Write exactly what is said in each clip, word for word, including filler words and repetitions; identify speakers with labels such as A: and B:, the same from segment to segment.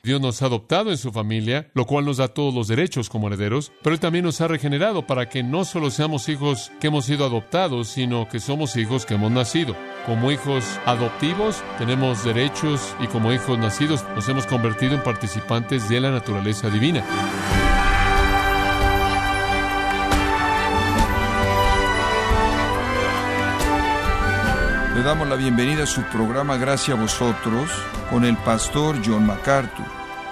A: Dios nos ha adoptado en su familia, lo cual nos da todos los derechos como herederos, pero Él también nos ha regenerado para que no solo seamos hijos que hemos sido adoptados, sino que somos hijos que hemos nacido. Como hijos adoptivos tenemos derechos y como hijos nacidos nos hemos convertido en participantes de la naturaleza divina.
B: Le damos la bienvenida a su programa Gracias a Vosotros con el pastor John MacArthur.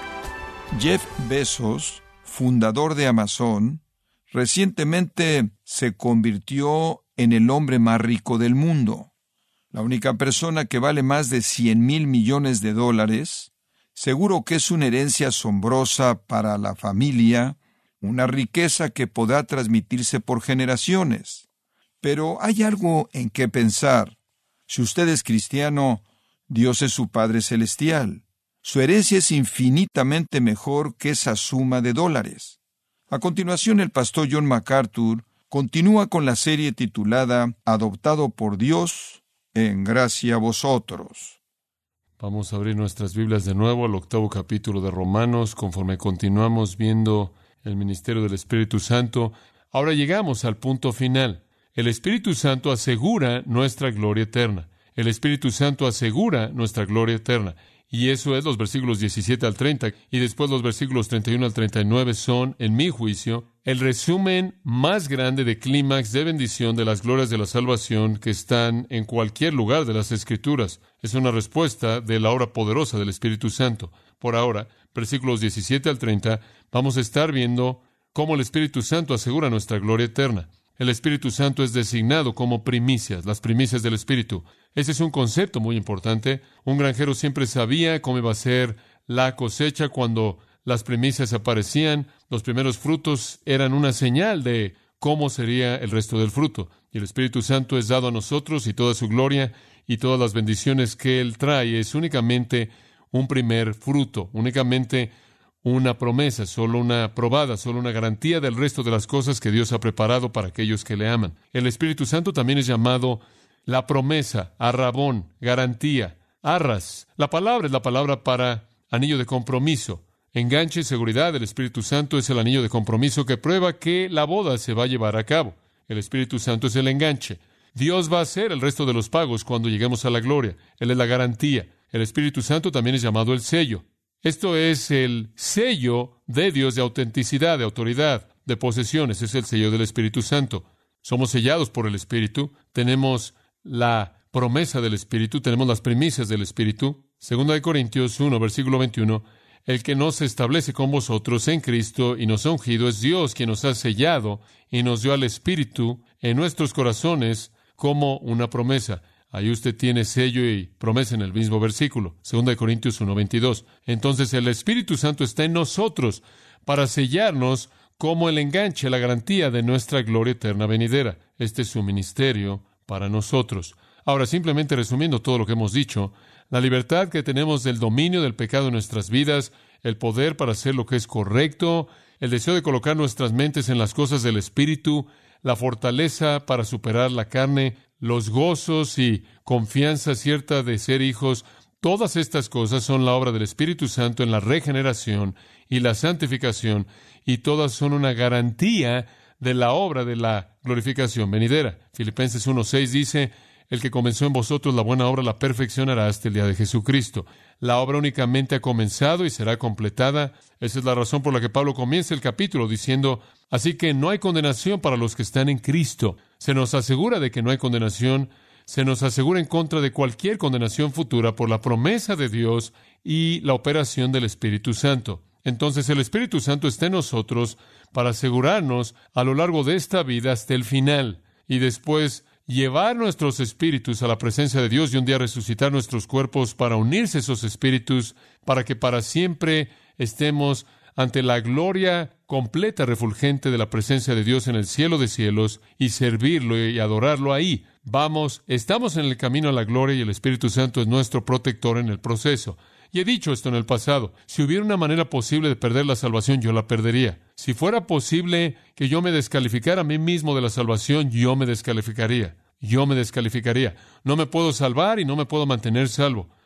B: Jeff Bezos, fundador de Amazon, recientemente se convirtió en el hombre más rico del mundo. La única persona que vale más de cien mil millones de dólares. Seguro que es una herencia asombrosa para la familia, una riqueza que podrá transmitirse por generaciones. Pero hay algo en qué pensar. Si usted es cristiano, Dios es su Padre Celestial. Su herencia es infinitamente mejor que esa suma de dólares. A continuación, el pastor John MacArthur continúa con la serie titulada Adoptado por Dios en gracia a vosotros.
A: Vamos a abrir nuestras Biblias de nuevo al octavo capítulo de Romanos, conforme continuamos viendo el ministerio del Espíritu Santo. Ahora llegamos al punto final. El Espíritu Santo asegura nuestra gloria eterna. El Espíritu Santo asegura nuestra gloria eterna. Y eso es los versículos diecisiete al treinta. Y después los versículos treinta y uno al treinta y nueve son, en mi juicio, el resumen más grande de clímax de bendición de las glorias de la salvación que están en cualquier lugar de las Escrituras. Es una respuesta de la obra poderosa del Espíritu Santo. Por ahora, versículos diecisiete al treinta, vamos a estar viendo cómo el Espíritu Santo asegura nuestra gloria eterna. El Espíritu Santo es designado como primicias, las primicias del Espíritu. Ese es un concepto muy importante. Un granjero siempre sabía cómo iba a ser la cosecha cuando las primicias aparecían. Los primeros frutos eran una señal de cómo sería el resto del fruto. Y el Espíritu Santo es dado a nosotros y toda su gloria y todas las bendiciones que Él trae es únicamente un primer fruto, únicamente una promesa, solo una probada, solo una garantía del resto de las cosas que Dios ha preparado para aquellos que le aman. El Espíritu Santo también es llamado la promesa, arrabón, garantía, arras. La palabra es la palabra para anillo de compromiso. Enganche y seguridad del Espíritu Santo es el anillo de compromiso que prueba que la boda se va a llevar a cabo. El Espíritu Santo es el enganche. Dios va a hacer el resto de los pagos cuando lleguemos a la gloria. Él es la garantía. El Espíritu Santo también es llamado el sello. Esto es el sello de Dios de autenticidad, de autoridad, de posesiones. Es el sello del Espíritu Santo. Somos sellados por el Espíritu. Tenemos la promesa del Espíritu. Tenemos las primicias del Espíritu. Segunda de Corintios uno, versículo veintiuno. El que nos establece con vosotros en Cristo y nos ha ungido es Dios, quien nos ha sellado y nos dio al Espíritu en nuestros corazones como una promesa. Ahí usted tiene sello y promesa en el mismo versículo, segunda de Corintios uno, veintidós. Entonces el Espíritu Santo está en nosotros para sellarnos como el enganche, la garantía de nuestra gloria eterna venidera. Este es su ministerio para nosotros. Ahora, simplemente resumiendo todo lo que hemos dicho, la libertad que tenemos del dominio del pecado en nuestras vidas, el poder para hacer lo que es correcto, el deseo de colocar nuestras mentes en las cosas del Espíritu, la fortaleza para superar la carne, los gozos y confianza cierta de ser hijos, todas estas cosas son la obra del Espíritu Santo en la regeneración y la santificación, y todas son una garantía de la obra de la glorificación venidera. Filipenses uno seis dice, el que comenzó en vosotros la buena obra la perfeccionará hasta el día de Jesucristo. La obra únicamente ha comenzado y será completada. Esa es la razón por la que Pablo comienza el capítulo diciendo, así que no hay condenación para los que están en Cristo. Se nos asegura de que no hay condenación, se nos asegura en contra de cualquier condenación futura por la promesa de Dios y la operación del Espíritu Santo. Entonces el Espíritu Santo está en nosotros para asegurarnos a lo largo de esta vida hasta el final y después llevar nuestros espíritus a la presencia de Dios y un día resucitar nuestros cuerpos para unirse a esos espíritus, para que para siempre estemos ante la gloria completa, refulgente de la presencia de Dios en el cielo de cielos y servirlo y adorarlo ahí. Vamos, estamos en el camino a la gloria y el Espíritu Santo es nuestro protector en el proceso. Y he dicho esto en el pasado, si hubiera una manera posible de perder la salvación, yo la perdería. Si fuera posible que yo me descalificara a mí mismo de la salvación, yo me descalificaría. Yo me descalificaría. No me puedo salvar y no me puedo mantener salvo.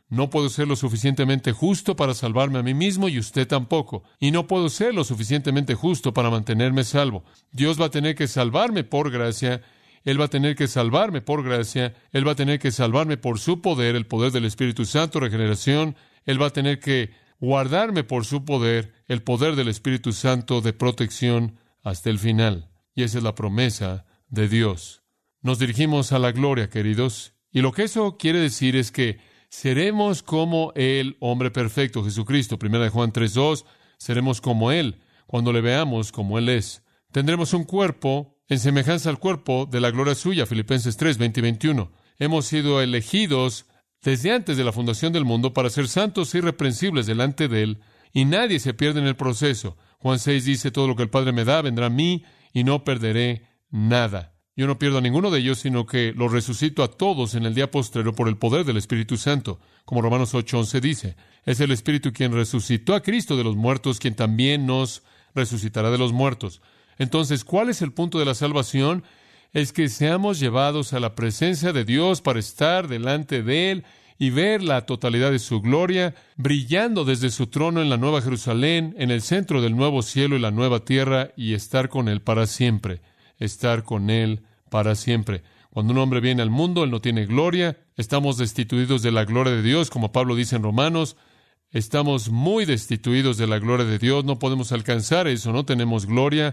A: No puedo ser lo suficientemente justo para salvarme a mí mismo y usted tampoco. Y no puedo ser lo suficientemente justo para mantenerme salvo. Dios va a tener que salvarme por gracia. Él va a tener que salvarme por gracia. Él va a tener que salvarme por su poder, el poder del Espíritu Santo, regeneración. Él va a tener que guardarme por su poder, el poder del Espíritu Santo de protección hasta el final. Y esa es la promesa de Dios. Nos dirigimos a la gloria, queridos. Y lo que eso quiere decir es que seremos como el hombre perfecto, Jesucristo. Primera de Juan tres dos, seremos como Él, cuando le veamos como Él es. Tendremos un cuerpo en semejanza al cuerpo de la gloria suya, Filipenses tres veinte y veintiuno. Hemos sido elegidos desde antes de la fundación del mundo para ser santos e irreprensibles delante de Él, y nadie se pierde en el proceso. Juan seis dice, todo lo que el Padre me da vendrá a mí, y no perderé nada. Yo no pierdo a ninguno de ellos, sino que los resucito a todos en el día postrero por el poder del Espíritu Santo. Como Romanos ocho once dice, es el Espíritu quien resucitó a Cristo de los muertos, quien también nos resucitará de los muertos. Entonces, ¿cuál es el punto de la salvación? Es que seamos llevados a la presencia de Dios para estar delante de Él y ver la totalidad de su gloria, brillando desde su trono en la Nueva Jerusalén, en el centro del nuevo cielo y la nueva tierra, y estar con Él para siempre. Estar con Él para siempre. Cuando un hombre viene al mundo, él no tiene gloria. Estamos destituidos de la gloria de Dios, como Pablo dice en Romanos. Estamos muy destituidos de la gloria de Dios. No podemos alcanzar eso, no tenemos gloria.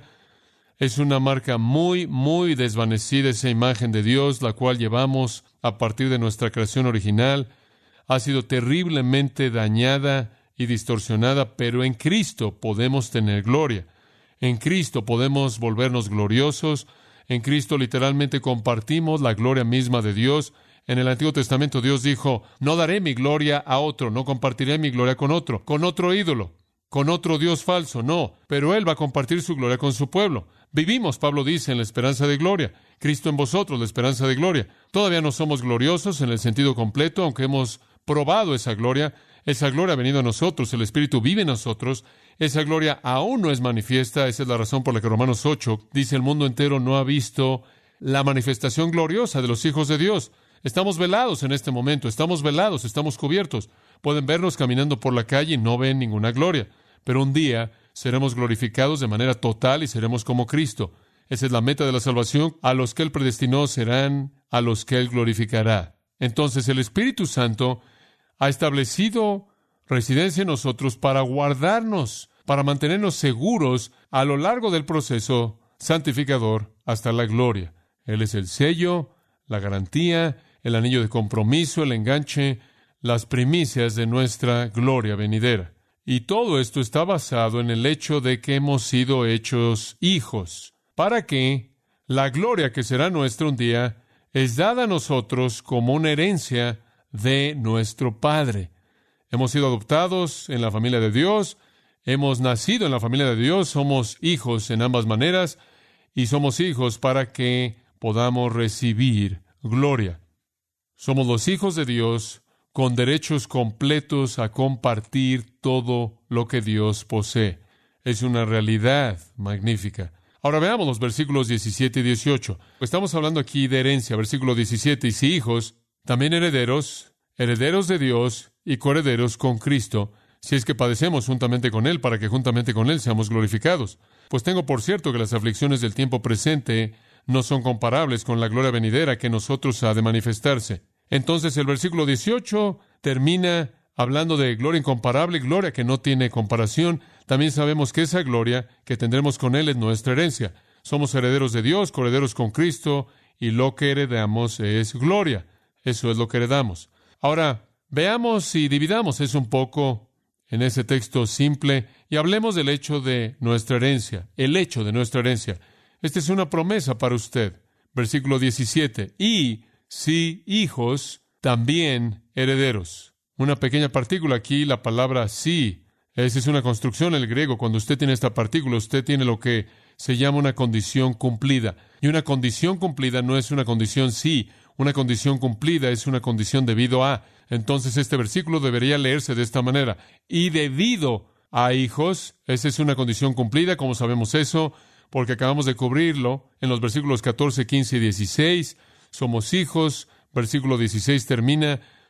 A: Es una marca muy, muy desvanecida esa imagen de Dios, la cual llevamos a partir de nuestra creación original. Ha sido terriblemente dañada y distorsionada, pero en Cristo podemos tener gloria. En Cristo podemos volvernos gloriosos. En Cristo literalmente compartimos la gloria misma de Dios. En el Antiguo Testamento Dios dijo, no daré mi gloria a otro, no compartiré mi gloria con otro, con otro ídolo, con otro Dios falso, no, pero Él va a compartir su gloria con su pueblo. Vivimos, Pablo dice, en la esperanza de gloria. Cristo en vosotros, la esperanza de gloria. Todavía no somos gloriosos en el sentido completo, aunque hemos probado esa gloria. Esa gloria ha venido a nosotros, el Espíritu vive en nosotros. Esa gloria aún no es manifiesta. Esa es la razón por la que Romanos ocho dice, el mundo entero no ha visto la manifestación gloriosa de los hijos de Dios. Estamos velados en este momento, estamos velados, estamos cubiertos. Pueden vernos caminando por la calle y no ven ninguna gloria. Pero un día seremos glorificados de manera total y seremos como Cristo. Esa es la meta de la salvación. A los que Él predestinó serán a los que Él glorificará. Entonces el Espíritu Santo ha establecido residencia en nosotros para guardarnos, para mantenernos seguros a lo largo del proceso santificador hasta la gloria. Él es el sello, la garantía, el anillo de compromiso, el enganche, las primicias de nuestra gloria venidera. Y todo esto está basado en el hecho de que hemos sido hechos hijos, para que la gloria que será nuestra un día es dada a nosotros como una herencia de nuestro Padre. Hemos sido adoptados en la familia de Dios, hemos nacido en la familia de Dios, somos hijos en ambas maneras, y somos hijos para que podamos recibir gloria. Somos los hijos de Dios con derechos completos a compartir todo lo que Dios posee. Es una realidad magnífica. Ahora veamos los versículos diecisiete y dieciocho. Estamos hablando aquí de herencia. Versículo diecisiete, y si hijos, también herederos, herederos de Dios y coherederos con Cristo, si es que padecemos juntamente con Él, para que juntamente con Él seamos glorificados. Pues tengo por cierto que las aflicciones del tiempo presente no son comparables con la gloria venidera que en nosotros ha de manifestarse. Entonces el versículo dieciocho termina hablando de gloria incomparable, gloria que no tiene comparación. También sabemos que esa gloria que tendremos con Él es nuestra herencia. Somos herederos de Dios, coherederos con Cristo, y lo que heredamos es gloria. Eso es lo que heredamos. Ahora, veamos y dividamos eso un poco en ese texto simple y hablemos del hecho de nuestra herencia, el hecho de nuestra herencia. Esta es una promesa para usted. Versículo diecisiete. Y si hijos, también herederos. Una pequeña partícula aquí, la palabra sí. Esa es una construcción en el griego. Cuando usted tiene esta partícula, usted tiene lo que se llama una condición cumplida. Y una condición cumplida no es una condición sí. Una condición cumplida es una condición debido a. Entonces este versículo debería leerse de esta manera. Y debido a hijos, esa es una condición cumplida. ¿Cómo sabemos eso? Porque acabamos de cubrirlo en los versículos catorce, quince y dieciséis. Somos hijos. Versículo dieciséis termina,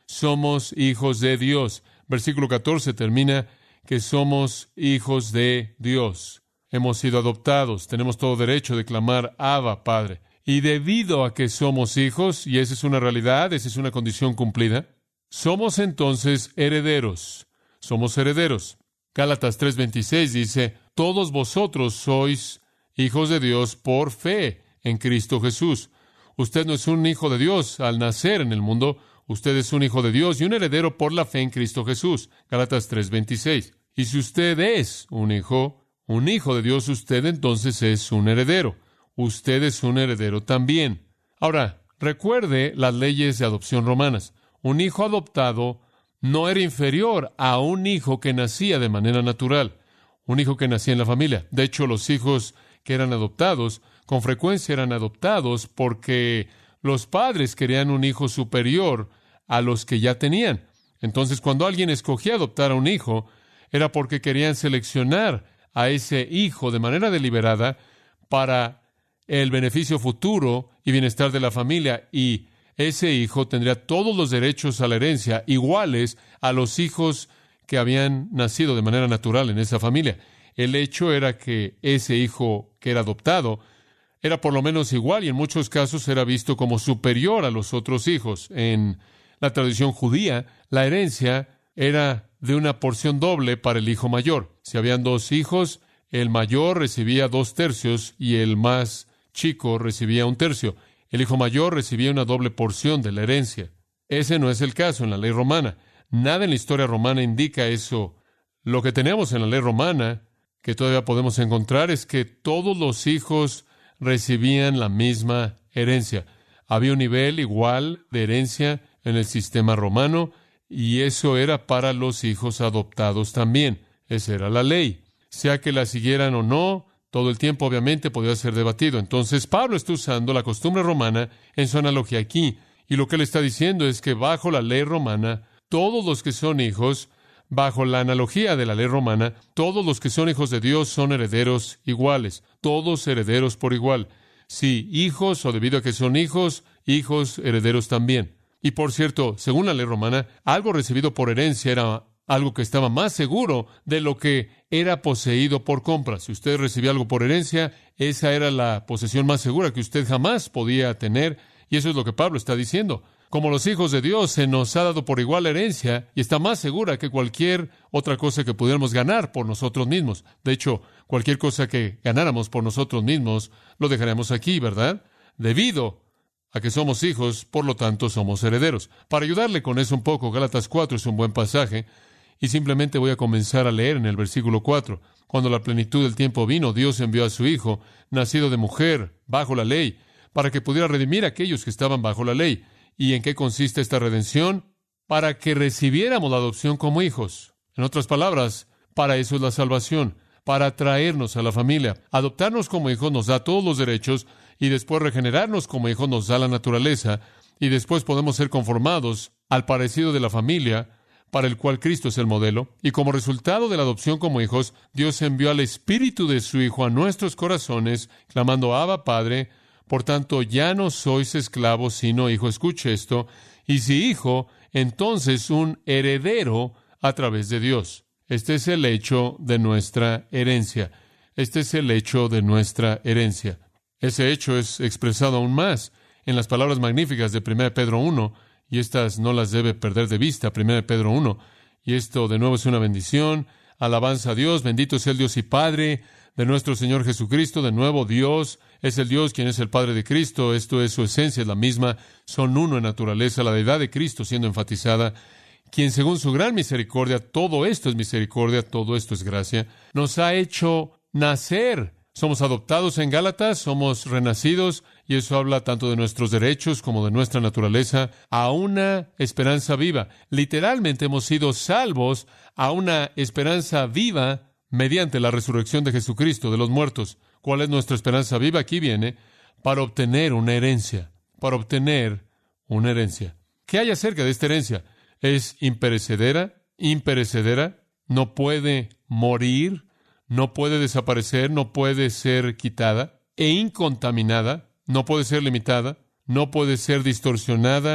A: somos hijos de Dios. Versículo catorce termina que somos hijos de Dios. Hemos sido adoptados, tenemos todo derecho de clamar Abba, Padre. Y debido a que somos hijos, y esa es una realidad, esa es una condición cumplida, somos entonces herederos. Somos herederos. Gálatas tres veintiséis dice, todos vosotros sois hijos de Dios por fe en Cristo Jesús. Usted no es un hijo de Dios al nacer en el mundo, usted es un hijo de Dios y un heredero por la fe en Cristo Jesús. Gálatas tres veintiséis. Y si usted es un hijo, un hijo de Dios, usted entonces es un heredero. Usted es un heredero también. Ahora, recuerde las leyes de adopción romanas. Un hijo adoptado no era inferior a un hijo que nacía de manera natural, un hijo que nacía en la familia. De hecho, los hijos que eran adoptados, con frecuencia eran adoptados porque los padres querían un hijo superior a los que ya tenían. Entonces, cuando alguien escogía adoptar a un hijo, era porque querían seleccionar a ese hijo de manera deliberada para el beneficio futuro y bienestar de la familia, y ese hijo tendría todos los derechos a la herencia iguales a los hijos que habían nacido de manera natural en esa familia. El hecho era que ese hijo que era adoptado era por lo menos igual y en muchos casos era visto como superior a los otros hijos. En la tradición judía, la herencia era de una porción doble para el hijo mayor. Si habían dos hijos, el mayor recibía dos tercios y el más chico recibía un tercio. El hijo mayor recibía una doble porción de la herencia. Ese no es el caso en la ley romana. Nada en la historia romana indica eso. Lo que tenemos en la ley romana, que todavía podemos encontrar, es que todos los hijos recibían la misma herencia. Había un nivel igual de herencia en el sistema romano, y eso era para los hijos adoptados también. Esa era la ley. Sea que la siguieran o no, todo el tiempo obviamente podía ser debatido. Entonces Pablo está usando la costumbre romana en su analogía aquí, y lo que él está diciendo es que bajo la ley romana, todos los que son hijos, bajo la analogía de la ley romana, todos los que son hijos de Dios son herederos iguales, todos herederos por igual. Sí, hijos, o debido a que son hijos, hijos herederos también. Y por cierto, según la ley romana, algo recibido por herencia era algo que estaba más seguro de lo que era poseído por compra. Si usted recibía algo por herencia, esa era la posesión más segura que usted jamás podía tener, y eso es lo que Pablo está diciendo. Como los hijos de Dios, se nos ha dado por igual herencia y está más segura que cualquier otra cosa que pudiéramos ganar por nosotros mismos. De hecho, cualquier cosa que ganáramos por nosotros mismos, lo dejaremos aquí, ¿verdad? Debido a que somos hijos, por lo tanto, somos herederos. Para ayudarle con eso un poco, Gálatas cuatro es un buen pasaje, y simplemente voy a comenzar a leer en el versículo cuatro. Cuando la plenitud del tiempo vino, Dios envió a su Hijo, nacido de mujer, bajo la ley, para que pudiera redimir a aquellos que estaban bajo la ley. ¿Y en qué consiste esta redención? Para que recibiéramos la adopción como hijos. En otras palabras, para eso es la salvación, para traernos a la familia. Adoptarnos como hijos nos da todos los derechos, y después regenerarnos como hijos nos da la naturaleza, y después podemos ser conformados al parecido de la familia para el cual Cristo es el modelo. Y como resultado de la adopción como hijos, Dios envió al Espíritu de su Hijo a nuestros corazones, clamando Abba, Padre. Por tanto, ya no sois esclavos, sino hijo. Escuche esto. Y si hijo, entonces un heredero a través de Dios. Este es el hecho de nuestra herencia. Este es el hecho de nuestra herencia. Ese hecho es expresado aún más en las palabras magníficas de primera de Pedro uno, y estas no las debe perder de vista, primera de Pedro uno. Y esto de nuevo es una bendición. Alabanza a Dios, bendito sea el Dios y Padre de nuestro Señor Jesucristo. De nuevo, Dios es el Dios quien es el Padre de Cristo. Esto es su esencia, es la misma. Son uno en naturaleza, la deidad de Cristo siendo enfatizada. Quien según su gran misericordia, todo esto es misericordia, todo esto es gracia, nos ha hecho nacer. Somos adoptados en Gálatas, somos renacidos, y eso habla tanto de nuestros derechos como de nuestra naturaleza, a una esperanza viva. Literalmente hemos sido salvos a una esperanza viva mediante la resurrección de Jesucristo de los muertos. ¿Cuál es nuestra esperanza viva? Aquí viene, para obtener una herencia, para obtener una herencia. ¿Qué hay acerca de esta herencia? Es imperecedera, imperecedera, no puede morir, no puede desaparecer, no puede ser quitada, e incontaminada, no puede ser limitada, no puede ser distorsionada,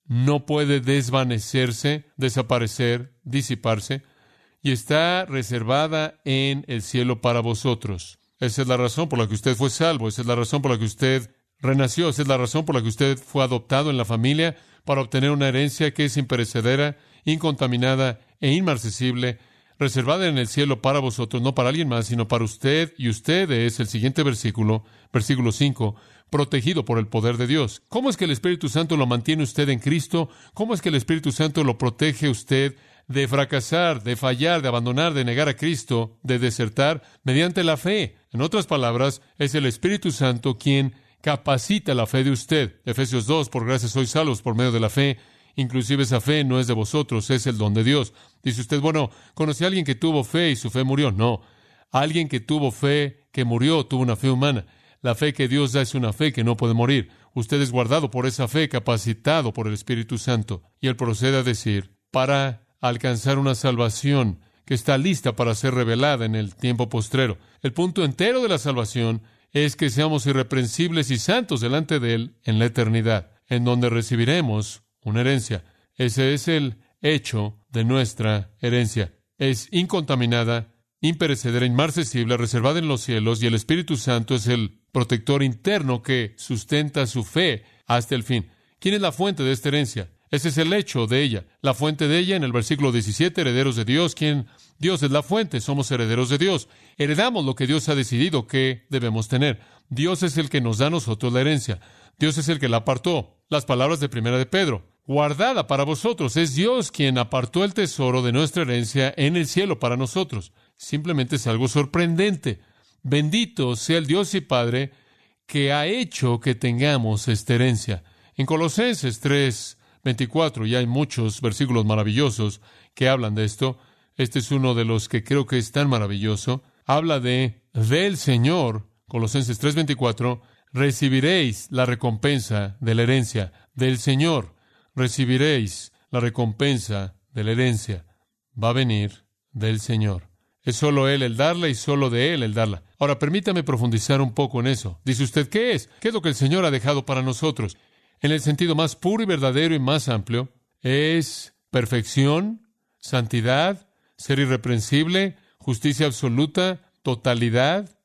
A: no puede desvanecerse, desaparecer, disiparse, y está reservada en el cielo para vosotros. Esa es la razón por la que usted fue salvo, esa es la razón por la que usted renació, esa es la razón por la que usted fue adoptado en la familia, para obtener una herencia que es imperecedera, incontaminada e inmarcesible, reservada en el cielo para vosotros, no para alguien más, sino para usted, y usted es, el siguiente versículo, versículo cinco, protegido por el poder de Dios. ¿Cómo es que el Espíritu Santo lo mantiene usted en Cristo? ¿Cómo es que el Espíritu Santo lo protege usted de fracasar, de fallar, de abandonar, de negar a Cristo, de desertar? Mediante la fe. En otras palabras, es el Espíritu Santo quien capacita la fe de usted. Efesios dos, por gracia sois salvos por medio de la fe. Inclusive esa fe no es de vosotros, es el don de Dios. Dice usted, bueno, conocí a alguien que tuvo fe y su fe murió. No, alguien que tuvo fe, que murió, tuvo una fe humana. La fe que Dios da es una fe que no puede morir. Usted es guardado por esa fe, capacitado por el Espíritu Santo. Y él procede a decir, para alcanzar una salvación que está lista para ser revelada en el tiempo postrero. El punto entero de la salvación es que seamos irreprensibles y santos delante de Él en la eternidad, en donde recibiremos una herencia. Ese es el hecho de nuestra herencia. Es incontaminada, imperecedera, inmarcesible, reservada en los cielos, y el Espíritu Santo es el protector interno que sustenta su fe hasta el fin. ¿Quién es la fuente de esta herencia? Ese es el hecho de ella. La fuente de ella en el versículo diecisiete, herederos de Dios. ¿Quién? Dios es la fuente, somos herederos de Dios. Heredamos lo que Dios ha decidido que debemos tener. Dios es el que nos da a nosotros la herencia. Dios es el que la apartó. Las palabras de primera de Pedro. Guardada para vosotros. Es Dios quien apartó el tesoro de nuestra herencia en el cielo para nosotros. Simplemente es algo sorprendente. Bendito sea el Dios y Padre que ha hecho que tengamos esta herencia. En Colosenses tres veinticuatro, y hay muchos versículos maravillosos que hablan de esto. Este es uno de los que creo que es tan maravilloso. Habla de del Señor. Colosenses tres veinticuatro, recibiréis la recompensa de la herencia. Del Señor recibiréis la recompensa de la herencia. Va a venir del Señor. Es solo Él el darla y solo de Él el darla. Ahora, permítame profundizar un poco en eso. Dice usted, ¿qué es? ¿Qué es lo que el Señor ha dejado para nosotros? En el sentido más puro y verdadero y más amplio, es perfección, santidad, ser irreprensible, justicia absoluta, totalidad.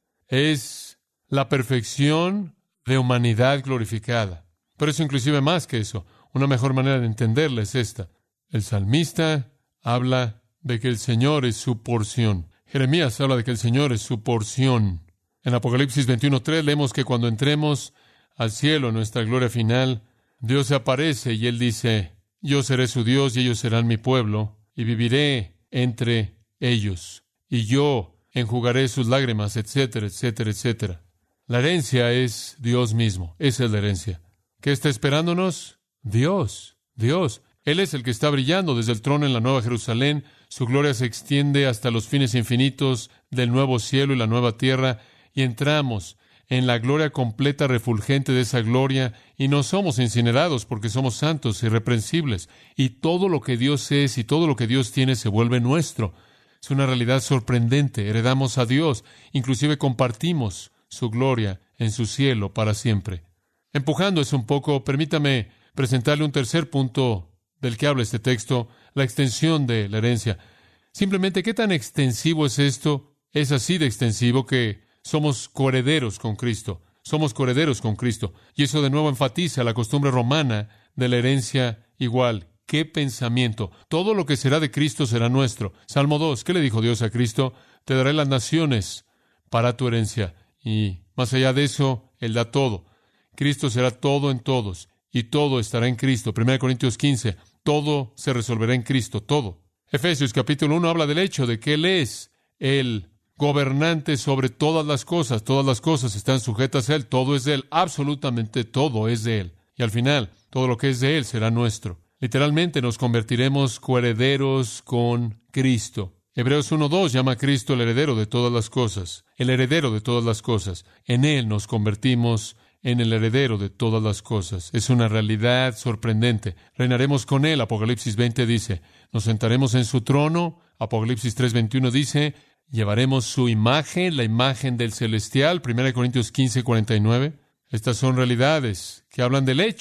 A: Es la perfección de humanidad glorificada. Pero es inclusive más que eso. Una mejor manera de entenderla es esta. El salmista habla de que el Señor es su porción. Jeremías habla de que el Señor es su porción. En Apocalipsis veintiuno tres leemos que cuando entremos al cielo, en nuestra gloria final, Dios se aparece y Él dice, yo seré su Dios y ellos serán mi pueblo, y viviré entre ellos, y yo enjugaré sus lágrimas, etcétera, etcétera, etcétera. La herencia es Dios mismo. Esa es la herencia. ¿Qué está esperándonos? Dios, Dios. Él es el que está brillando desde el trono en la Nueva Jerusalén. Su gloria se extiende hasta los fines infinitos del nuevo cielo y la nueva tierra, y entramos en la gloria completa, refulgente de esa gloria, y no somos incinerados porque somos santos, irreprensibles, y todo lo que Dios es y todo lo que Dios tiene se vuelve nuestro. Es una realidad sorprendente. Heredamos a Dios, inclusive compartimos su gloria en su cielo para siempre. Empujando eso un poco, permítame presentarle un tercer punto del que habla este texto, la extensión de la herencia. Simplemente, ¿qué tan extensivo es esto? Es así de extensivo que somos coherederos con Cristo. Somos coherederos con Cristo. Y eso de nuevo enfatiza la costumbre romana de la herencia igual. ¡Qué pensamiento! Todo lo que será de Cristo será nuestro. Salmo dos. ¿Qué le dijo Dios a Cristo? Te daré las naciones para tu herencia. Y más allá de eso, Él da todo. Cristo será todo en todos. Y todo estará en Cristo. Primera Corintios quince. Todo se resolverá en Cristo. Todo. Efesios capítulo uno habla del hecho de que Él es el gobernante sobre todas las cosas. Todas las cosas están sujetas a Él. Todo es de Él. Absolutamente todo es de Él. Y al final, todo lo que es de Él será nuestro. Literalmente nos convertiremos coherederos con Cristo. Hebreos uno dos llama a Cristo el heredero de todas las cosas. El heredero de todas las cosas. En Él nos convertimos en el heredero de todas las cosas. Es una realidad sorprendente. Reinaremos con Él. Apocalipsis veinte dice. Nos sentaremos en su trono. Apocalipsis tres veintiuno dice. Llevaremos su imagen, la imagen del celestial. Primera Corintios quince cuarenta y nueve. Estas son realidades que hablan del hecho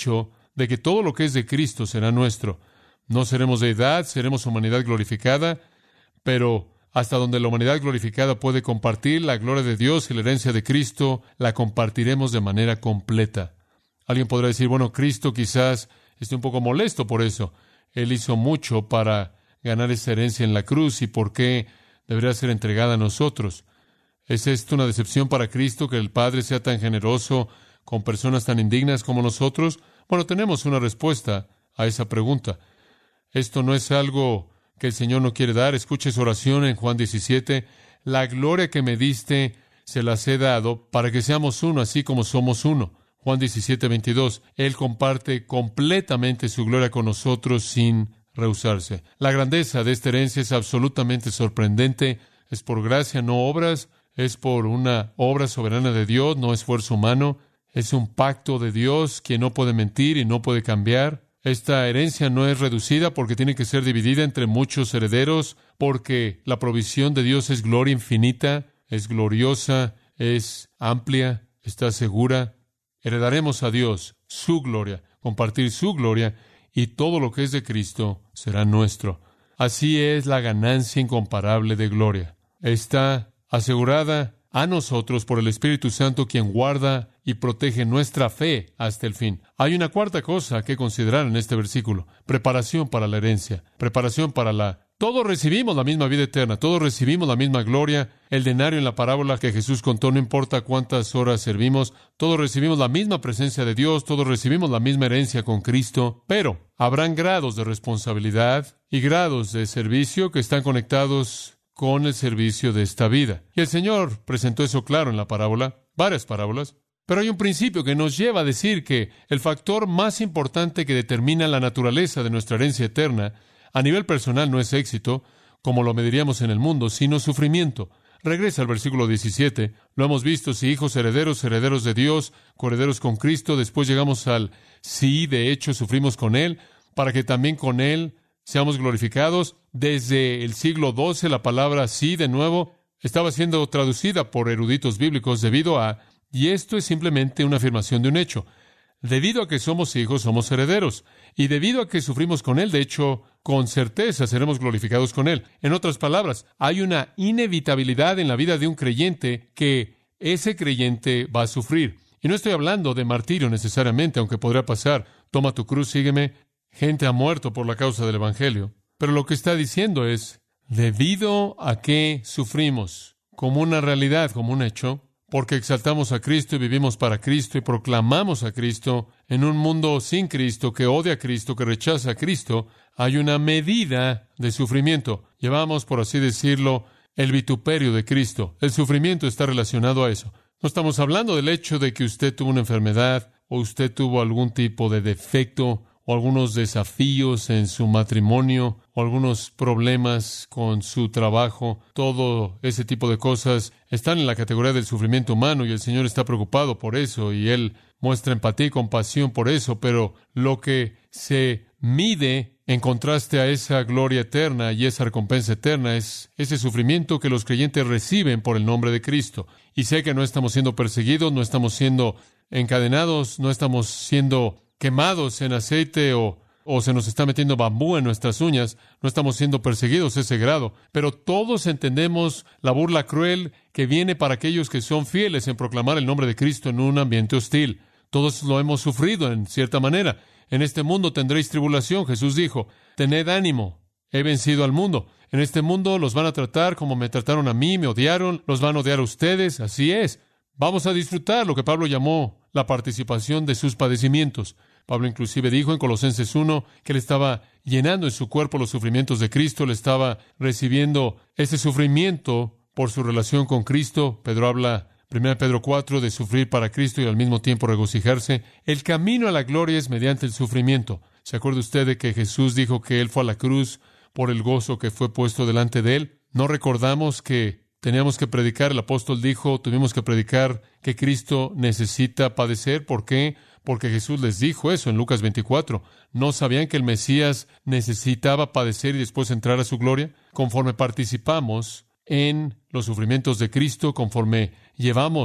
A: de que todo lo que es de Cristo será nuestro. No seremos deidad, seremos humanidad glorificada, pero hasta donde la humanidad glorificada puede compartir la gloria de Dios y la herencia de Cristo, la compartiremos de manera completa. Alguien podrá decir, bueno, Cristo quizás esté un poco molesto por eso. Él hizo mucho para ganar esa herencia en la cruz, ¿y por qué debería ser entregada a nosotros? ¿Es esto una decepción para Cristo que el Padre sea tan generoso con personas tan indignas como nosotros? Bueno, tenemos una respuesta a esa pregunta. Esto no es algo que el Señor no quiere dar. Escuche su oración en Juan diecisiete. La gloria que me diste se las he dado para que seamos uno, así como somos uno. Juan diecisiete, veintidós. Él comparte completamente su gloria con nosotros sin rehusarse. La grandeza de esta herencia es absolutamente sorprendente. Es por gracia, no obras. Es por una obra soberana de Dios, no esfuerzo humano. Es un pacto de Dios que no puede mentir y no puede cambiar. Esta herencia no es reducida porque tiene que ser dividida entre muchos herederos, porque la provisión de Dios es gloria infinita, es gloriosa, es amplia, está segura. Heredaremos a Dios su gloria, compartir su gloria, y todo lo que es de Cristo será nuestro. Así es la ganancia incomparable de gloria. Está asegurada a nosotros por el Espíritu Santo, quien guarda y protege nuestra fe hasta el fin. Hay una cuarta cosa que considerar en este versículo: preparación para la herencia, preparación para la... Todos recibimos la misma vida eterna, todos recibimos la misma gloria. El denario en la parábola que Jesús contó, no importa cuántas horas servimos, todos recibimos la misma presencia de Dios, todos recibimos la misma herencia con Cristo, pero habrán grados de responsabilidad y grados de servicio que están conectados con el servicio de esta vida. Y el Señor presentó eso claro en la parábola, varias parábolas. Pero hay un principio que nos lleva a decir que el factor más importante que determina la naturaleza de nuestra herencia eterna a nivel personal no es éxito, como lo mediríamos en el mundo, sino sufrimiento. Regresa al versículo diecisiete. Lo hemos visto: si hijos herederos, herederos de Dios, coherederos con Cristo. Después llegamos al sí, de hecho, sufrimos con Él, para que también con Él seamos glorificados. Desde el siglo doce, la palabra sí, de nuevo, estaba siendo traducida por eruditos bíblicos debido a, y esto es simplemente una afirmación de un hecho, debido a que somos hijos, somos herederos, y debido a que sufrimos con Él, de hecho, con certeza seremos glorificados con Él. En otras palabras, hay una inevitabilidad en la vida de un creyente que ese creyente va a sufrir. Y no estoy hablando de martirio necesariamente, aunque podría pasar. Toma tu cruz, sígueme. Gente ha muerto por la causa del Evangelio. Pero lo que está diciendo es, debido a que sufrimos como una realidad, como un hecho, porque exaltamos a Cristo y vivimos para Cristo y proclamamos a Cristo en un mundo sin Cristo, que odia a Cristo, que rechaza a Cristo, hay una medida de sufrimiento. Llevamos, por así decirlo, el vituperio de Cristo. El sufrimiento está relacionado a eso. No estamos hablando del hecho de que usted tuvo una enfermedad o usted tuvo algún tipo de defecto o algunos desafíos en su matrimonio, o algunos problemas con su trabajo. Todo ese tipo de cosas están en la categoría del sufrimiento humano, y el Señor está preocupado por eso, y Él muestra empatía y compasión por eso, pero lo que se mide en contraste a esa gloria eterna y esa recompensa eterna es ese sufrimiento que los creyentes reciben por el nombre de Cristo. Y sé que no estamos siendo perseguidos, no estamos siendo encadenados, no estamos siendo quemados en aceite o, o se nos está metiendo bambú en nuestras uñas, no estamos siendo perseguidos a ese grado, pero todos entendemos la burla cruel que viene para aquellos que son fieles en proclamar el nombre de Cristo en un ambiente hostil. Todos lo hemos sufrido en cierta manera. En este mundo tendréis tribulación. Jesús dijo, tened ánimo, he vencido al mundo. En este mundo los van a tratar como me trataron a mí, me odiaron, los van a odiar a ustedes, así es. Vamos a disfrutar lo que Pablo llamó la participación de sus padecimientos. Pablo inclusive dijo en Colosenses uno que él estaba llenando en su cuerpo los sufrimientos de Cristo, le estaba recibiendo ese sufrimiento por su relación con Cristo. Pedro habla, primera Pedro cuatro, de sufrir para Cristo y al mismo tiempo regocijarse. El camino a la gloria es mediante el sufrimiento. ¿Se acuerda usted de que Jesús dijo que Él fue a la cruz por el gozo que fue puesto delante de Él? ¿No recordamos que teníamos que predicar? El apóstol dijo, tuvimos que predicar que Cristo necesita padecer. ¿Por qué? Porque Jesús les dijo eso en Lucas veinticuatro. ¿No sabían que el Mesías necesitaba padecer y después entrar a su gloria? Conforme participamos en los sufrimientos de Cristo, conforme llevamos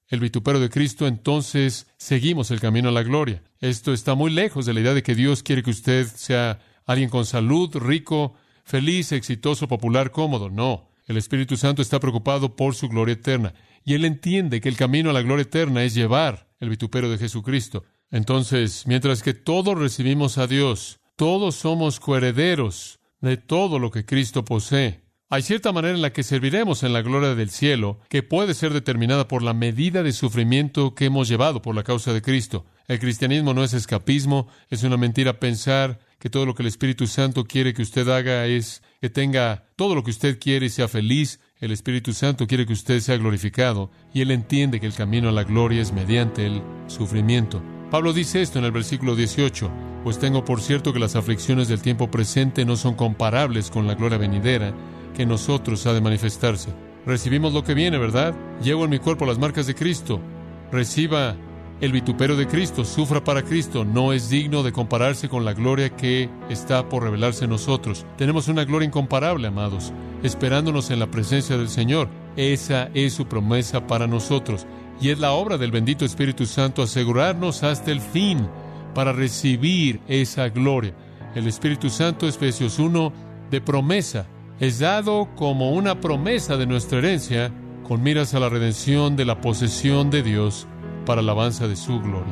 A: el vituperio de Cristo, entonces seguimos el camino a la gloria. Esto está muy lejos de la idea de que Dios quiere que usted sea alguien con salud, rico, feliz, exitoso, popular, cómodo. No, el Espíritu Santo está preocupado por su gloria eterna. Y Él entiende que el camino a la gloria eterna es llevar el vituperio de Jesucristo. Entonces, mientras que todos recibimos a Dios, todos somos coherederos de todo lo que Cristo posee. Hay cierta manera en la que serviremos en la gloria del cielo que puede ser determinada por la medida de sufrimiento que hemos llevado por la causa de Cristo. El cristianismo no es escapismo, es una mentira pensar que todo lo que el Espíritu Santo quiere que usted haga es que tenga todo lo que usted quiere y sea feliz. El Espíritu Santo quiere que usted sea glorificado y Él entiende que el camino a la gloria es mediante el sufrimiento. Pablo dice esto en el versículo dieciocho, pues tengo por cierto que las aflicciones del tiempo presente no son comparables con la gloria venidera que en nosotros ha de manifestarse. Recibimos lo que viene, ¿verdad? Llevo en mi cuerpo las marcas de Cristo. Reciba el vituperio de Cristo, sufra para Cristo. No es digno de compararse con la gloria que está por revelarse en nosotros. Tenemos una gloria incomparable, amados, esperándonos en la presencia del Señor. Esa es su promesa para nosotros. Y es la obra del bendito Espíritu Santo asegurarnos hasta el fin para recibir esa gloria. El Espíritu Santo, Efesios uno, de promesa, es dado como una promesa de nuestra herencia con miras a la redención de la posesión de Dios para alabanza de su gloria.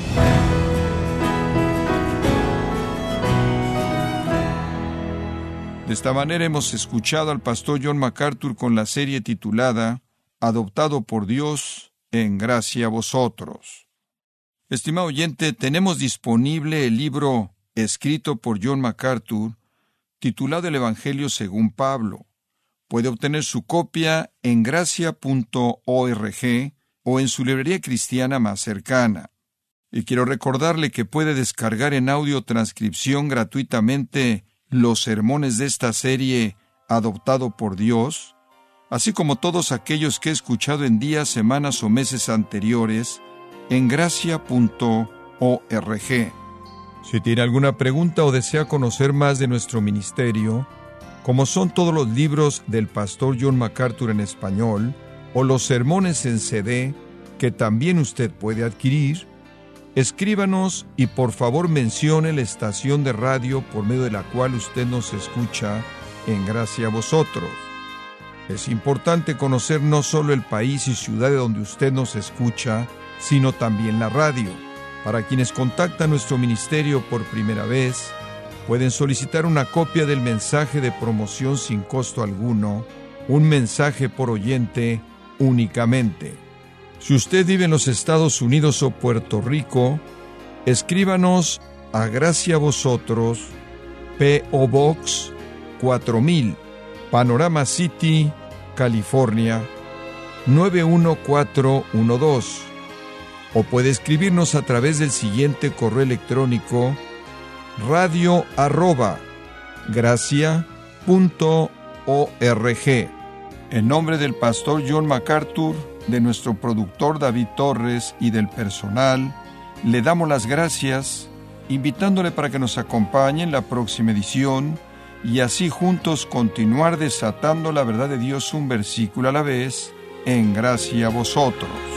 B: De esta manera hemos escuchado al pastor John MacArthur con la serie titulada Adoptado por Dios, en gracia a vosotros. Estimado oyente, tenemos disponible el libro escrito por John MacArthur titulado El Evangelio según Pablo. Puede obtener su copia en gracia punto org o en su librería cristiana más cercana. Y quiero recordarle que puede descargar en audio transcripción gratuitamente los sermones de esta serie Adoptado por Dios, así como todos aquellos que he escuchado en días, semanas o meses anteriores en gracia punto org. Si tiene alguna pregunta o desea conocer más de nuestro ministerio, como son todos los libros del pastor John MacArthur en español, o los sermones en C D, que también usted puede adquirir, escríbanos y por favor mencione la estación de radio por medio de la cual usted nos escucha en gracia a vosotros. Es importante conocer no solo el país y ciudad de donde usted nos escucha, sino también la radio. Para quienes contactan nuestro ministerio por primera vez, pueden solicitar una copia del mensaje de promoción sin costo alguno, un mensaje por oyente únicamente. Si usted vive en los Estados Unidos o Puerto Rico, escríbanos a Gracia a Vosotros, P O Box cuatro mil, Panorama City, California, nueve uno cuatro uno dos. O puede escribirnos a través del siguiente correo electrónico: radio arroba gracia punto org. En nombre del pastor John MacArthur, de nuestro productor David Torres y del personal, le damos las gracias, invitándole para que nos acompañe en la próxima edición y así juntos continuar desatando la verdad de Dios un versículo a la vez en gracia a vosotros.